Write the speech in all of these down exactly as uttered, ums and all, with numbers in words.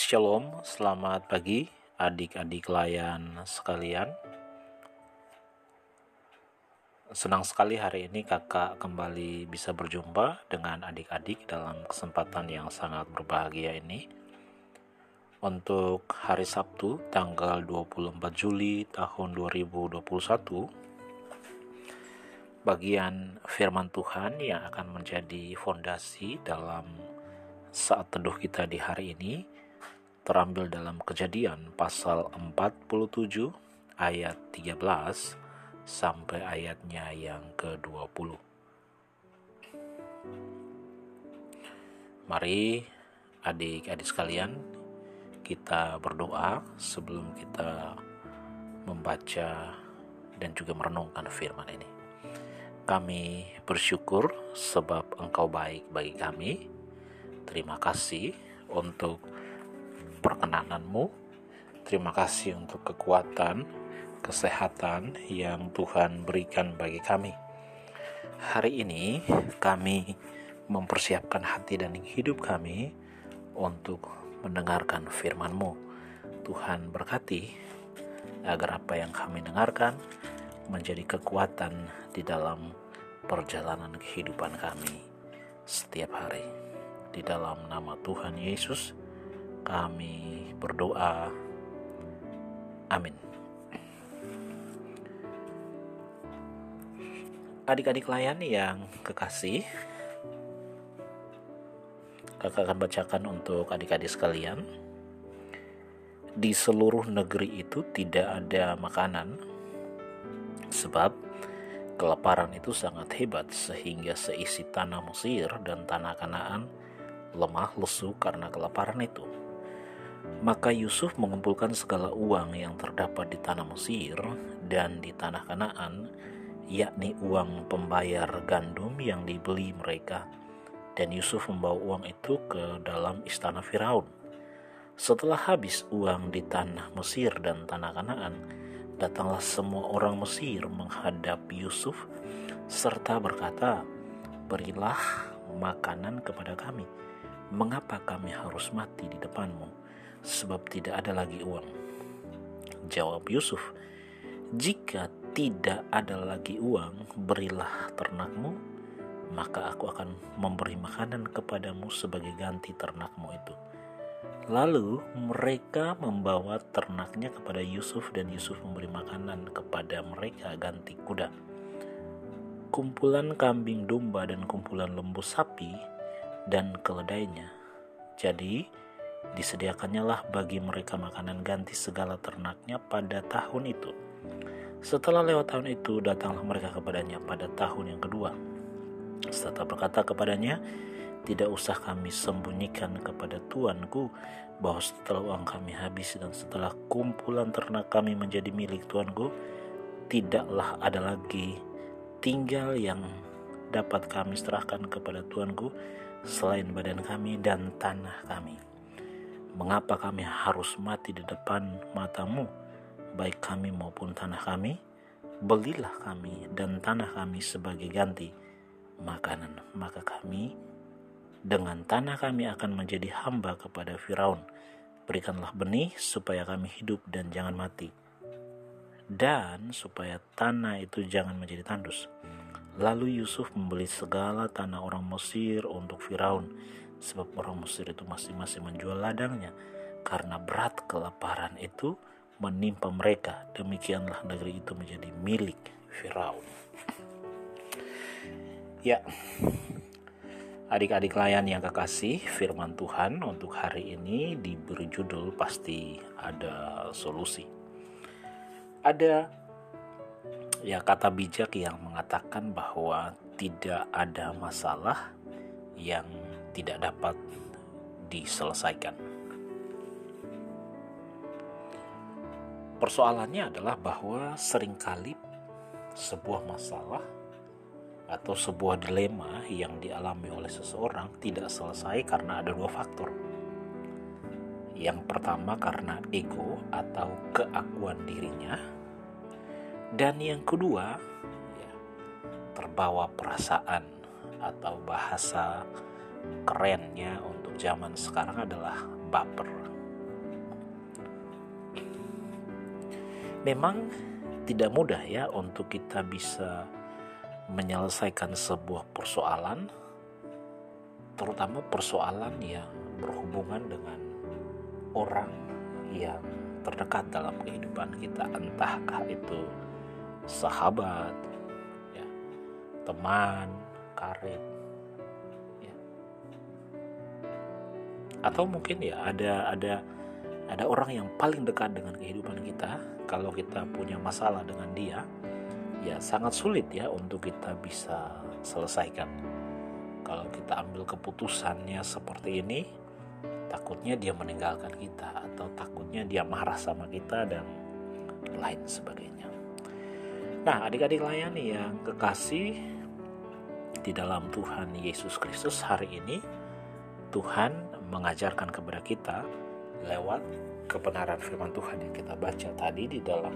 Shalom, selamat pagi adik-adik layan sekalian. Senang sekali hari ini kakak kembali bisa berjumpa dengan adik-adik dalam kesempatan yang sangat berbahagia ini. Untuk hari Sabtu tanggal dua puluh empat Juli tahun dua ribu dua puluh satu, bagian firman Tuhan yang akan menjadi fondasi dalam saat teduh kita di hari ini terambil dalam Kejadian pasal empat puluh tujuh ayat tiga belas sampai ayatnya yang ke dua puluh. Mari adik-adik sekalian, kita berdoa sebelum kita membaca dan juga merenungkan firman ini. Kami bersyukur sebab Engkau baik bagi kami. Terima kasih untuk perkenananmu, terima kasih untuk kekuatan, kesehatan yang Tuhan berikan bagi kami. Hari ini kami mempersiapkan hati dan hidup kami untuk mendengarkan firman-Mu. Tuhan berkati agar apa yang kami dengarkan menjadi kekuatan di dalam perjalanan kehidupan kami setiap hari. Di dalam nama Tuhan Yesus kami berdoa, amin. Adik-adik layan yang kekasih, kakak akan bacakan untuk adik-adik sekalian. Di seluruh negeri itu tidak ada makanan, sebab kelaparan itu sangat hebat sehingga seisi tanah Mesir dan tanah Kanaan lemah lesu karena kelaparan itu. Maka Yusuf mengumpulkan segala uang yang terdapat di tanah Mesir dan di tanah Kanaan, yakni uang pembayar gandum yang dibeli mereka, dan Yusuf membawa uang itu ke dalam istana Firaun. Setelah habis uang di tanah Mesir dan tanah Kanaan, datanglah semua orang Mesir menghadap Yusuf serta berkata, "Berilah makanan kepada kami. Mengapa kami harus mati di depanmu? Sebab tidak ada lagi uang." Jawab Yusuf, "Jika tidak ada lagi uang, berilah ternakmu, maka aku akan memberi makanan kepadamu sebagai ganti ternakmu itu." Lalu mereka membawa ternaknya kepada Yusuf dan Yusuf memberi makanan kepada mereka ganti kuda, kumpulan kambing domba dan kumpulan lembu sapi dan keledainya. Jadi disediakannya lah bagi mereka makanan ganti segala ternaknya pada tahun itu. Setelah lewat tahun itu, datanglah mereka kepadanya pada tahun yang kedua, serta berkata kepadanya, "Tidak usah kami sembunyikan kepada tuanku bahwa setelah uang kami habis dan setelah kumpulan ternak kami menjadi milik tuanku, tidaklah ada lagi tinggal yang dapat kami serahkan kepada tuanku selain badan kami dan tanah kami. Mengapa kami harus mati di depan matamu, baik kami maupun tanah kami? Belilah kami dan tanah kami sebagai ganti makanan, maka kami dengan tanah kami akan menjadi hamba kepada Firaun. Berikanlah benih supaya kami hidup dan jangan mati, dan supaya tanah itu jangan menjadi tandus." Lalu Yusuf membeli segala tanah orang Mesir untuk Firaun, sebab orang Mesir itu masing-masing menjual ladangnya, karena berat kelaparan itu menimpa mereka. Demikianlah negeri itu menjadi milik Firaun. Ya, adik-adik layan yang kekasih, firman Tuhan untuk hari ini diberi judul "Pasti Ada Solusi". Ada ya kata bijak yang mengatakan bahwa tidak ada masalah yang tidak dapat diselesaikan. Persoalannya adalah bahwa seringkali sebuah masalah atau sebuah dilema yang dialami oleh seseorang tidak selesai karena ada dua faktor. Yang pertama karena ego atau keakuan dirinya, dan yang kedua ya, terbawa perasaan, atau bahasa kerennya untuk zaman sekarang adalah baper. Memang tidak mudah ya untuk kita bisa menyelesaikan sebuah persoalan, terutama persoalan yang berhubungan dengan orang yang terdekat dalam kehidupan kita, entahkah itu sahabat, ya, teman, karib, ya. Atau mungkin ya ada ada ada orang yang paling dekat dengan kehidupan kita. Kalau kita punya masalah dengan dia, ya sangat sulit ya untuk kita bisa selesaikan. Kalau kita ambil keputusannya seperti ini, takutnya dia meninggalkan kita, atau takutnya dia marah sama kita, dan lain sebagainya. Nah, adik-adik layani yang kekasih di dalam Tuhan Yesus Kristus, hari ini Tuhan mengajarkan kepada kita lewat kebenaran firman Tuhan yang kita baca tadi di dalam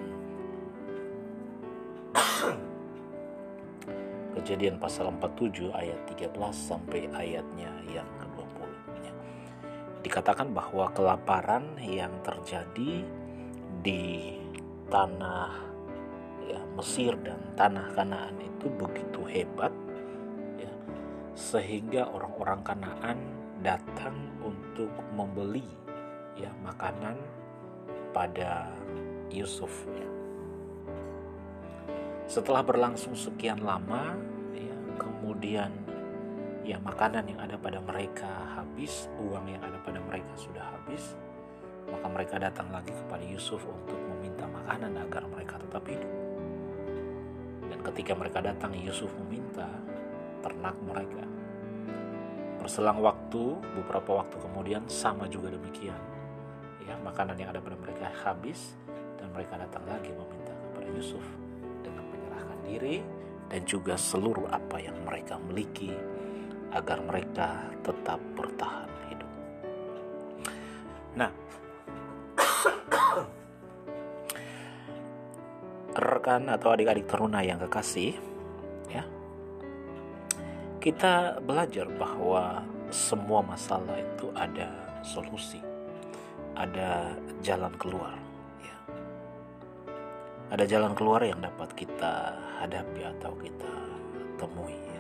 Kejadian pasal empat puluh tujuh ayat tiga belas sampai ayatnya yang ke dua puluh. Dikatakan bahwa kelaparan yang terjadi di tanah ya, Mesir dan tanah Kanaan itu begitu hebat ya, sehingga orang-orang Kanaan datang untuk membeli ya makanan pada Yusuf ya. Setelah berlangsung sekian lama ya, kemudian ya makanan yang ada pada mereka habis, uang yang ada pada mereka sudah habis, maka mereka datang lagi kepada Yusuf untuk meminta makanan agar mereka tetap hidup. Dan ketika mereka datang, Yusuf meminta ternak mereka. Berselang waktu, beberapa waktu kemudian sama juga demikian. Ya, makanan yang ada pada mereka habis dan mereka datang lagi meminta kepada Yusuf dengan menyerahkan diri dan juga seluruh apa yang mereka miliki agar mereka tetap bertahan hidup. Nah, rekan atau adik-adik teruna yang kekasih, ya, kita belajar bahwa semua masalah itu ada solusi, ada jalan keluar, ya. Ada jalan keluar yang dapat kita hadapi atau kita temui. Ya.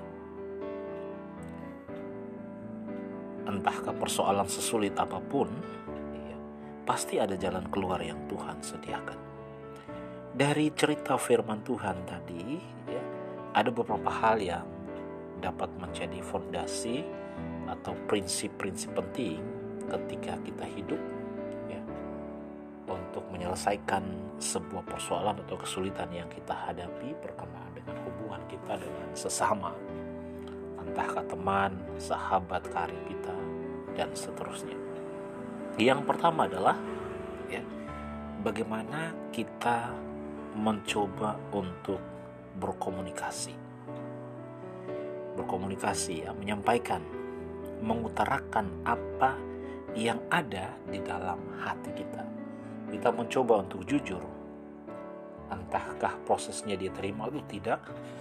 Entahkah persoalan sesulit apapun, ya, pasti ada jalan keluar yang Tuhan sediakan. Dari cerita firman Tuhan tadi, ya, ada beberapa hal yang dapat menjadi fondasi atau prinsip-prinsip penting ketika kita hidup ya, untuk menyelesaikan sebuah persoalan atau kesulitan yang kita hadapi berkenaan dengan hubungan kita dengan sesama, entahkah teman, sahabat, karib kita, dan seterusnya. Yang pertama adalah ya, bagaimana kita mencoba untuk berkomunikasi. Berkomunikasi ya, menyampaikan, mengutarakan apa yang ada di dalam hati kita. Kita mencoba untuk jujur. Entahkah prosesnya diterima atau tidak,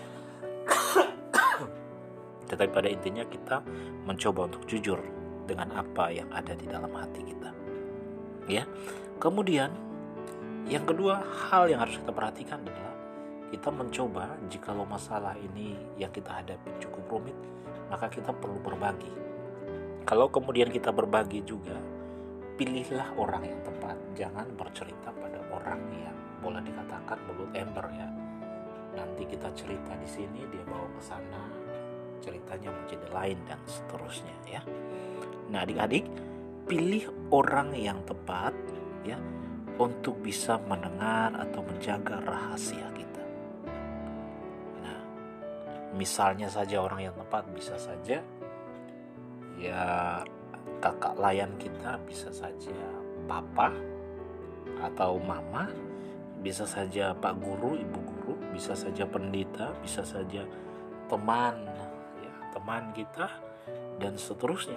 tetapi pada intinya kita mencoba untuk jujur dengan apa yang ada di dalam hati kita. Ya. Kemudian yang kedua, hal yang harus kita perhatikan adalah kita mencoba, jikalau masalah ini yang kita hadapi cukup rumit, maka kita perlu berbagi. Kalau kemudian kita berbagi juga, pilihlah orang yang tepat. Jangan bercerita pada orang yang boleh dikatakan mulut ember ya. Nanti kita cerita di sini, dia bawa ke sana, ceritanya menjadi lain dan seterusnya ya. Nah, adik-adik, pilih orang yang tepat ya untuk bisa mendengar atau menjaga rahasia kita. Misalnya saja orang yang tepat bisa saja ya kakak layan kita, bisa saja papa atau mama, bisa saja pak guru, ibu guru, bisa saja pendeta, bisa saja teman ya, teman kita dan seterusnya.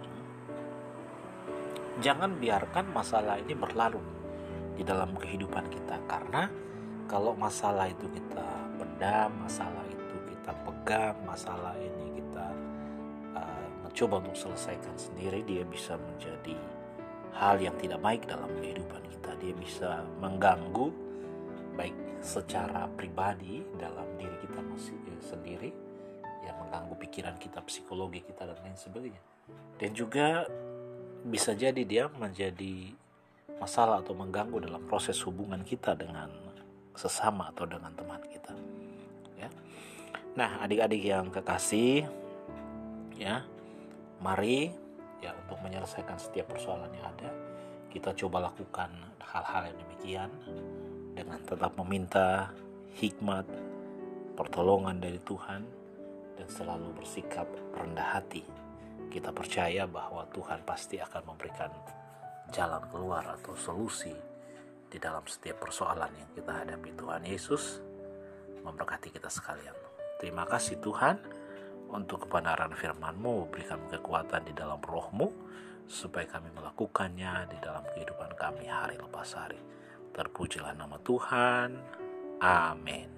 Jangan biarkan masalah ini berlalu di dalam kehidupan kita, karena kalau masalah itu kita pendam, masalah itu kita pegang, masalah ini kita uh, mencoba untuk selesaikan sendiri, dia bisa menjadi hal yang tidak baik dalam kehidupan kita. Dia bisa mengganggu baik secara pribadi dalam diri kita masih eh, sendiri, yang mengganggu pikiran kita, psikologi kita dan lain sebagainya. Dan juga bisa jadi dia menjadi masalah atau mengganggu dalam proses hubungan kita dengan sesama atau dengan teman kita. Ya. Nah, adik-adik yang kekasih, ya, mari ya untuk menyelesaikan setiap persoalan yang ada, kita coba lakukan hal-hal yang demikian dengan tetap meminta hikmat, pertolongan dari Tuhan, dan selalu bersikap rendah hati. Kita percaya bahwa Tuhan pasti akan memberikan jalan keluar atau solusi di dalam setiap persoalan yang kita hadapi. Tuhan Yesus memberkati kita sekalian. Terima kasih Tuhan untuk kebenaran firman-Mu. Berikan kekuatan di dalam roh-Mu supaya kami melakukannya di dalam kehidupan kami hari lepas hari. Terpujilah nama Tuhan. Amin.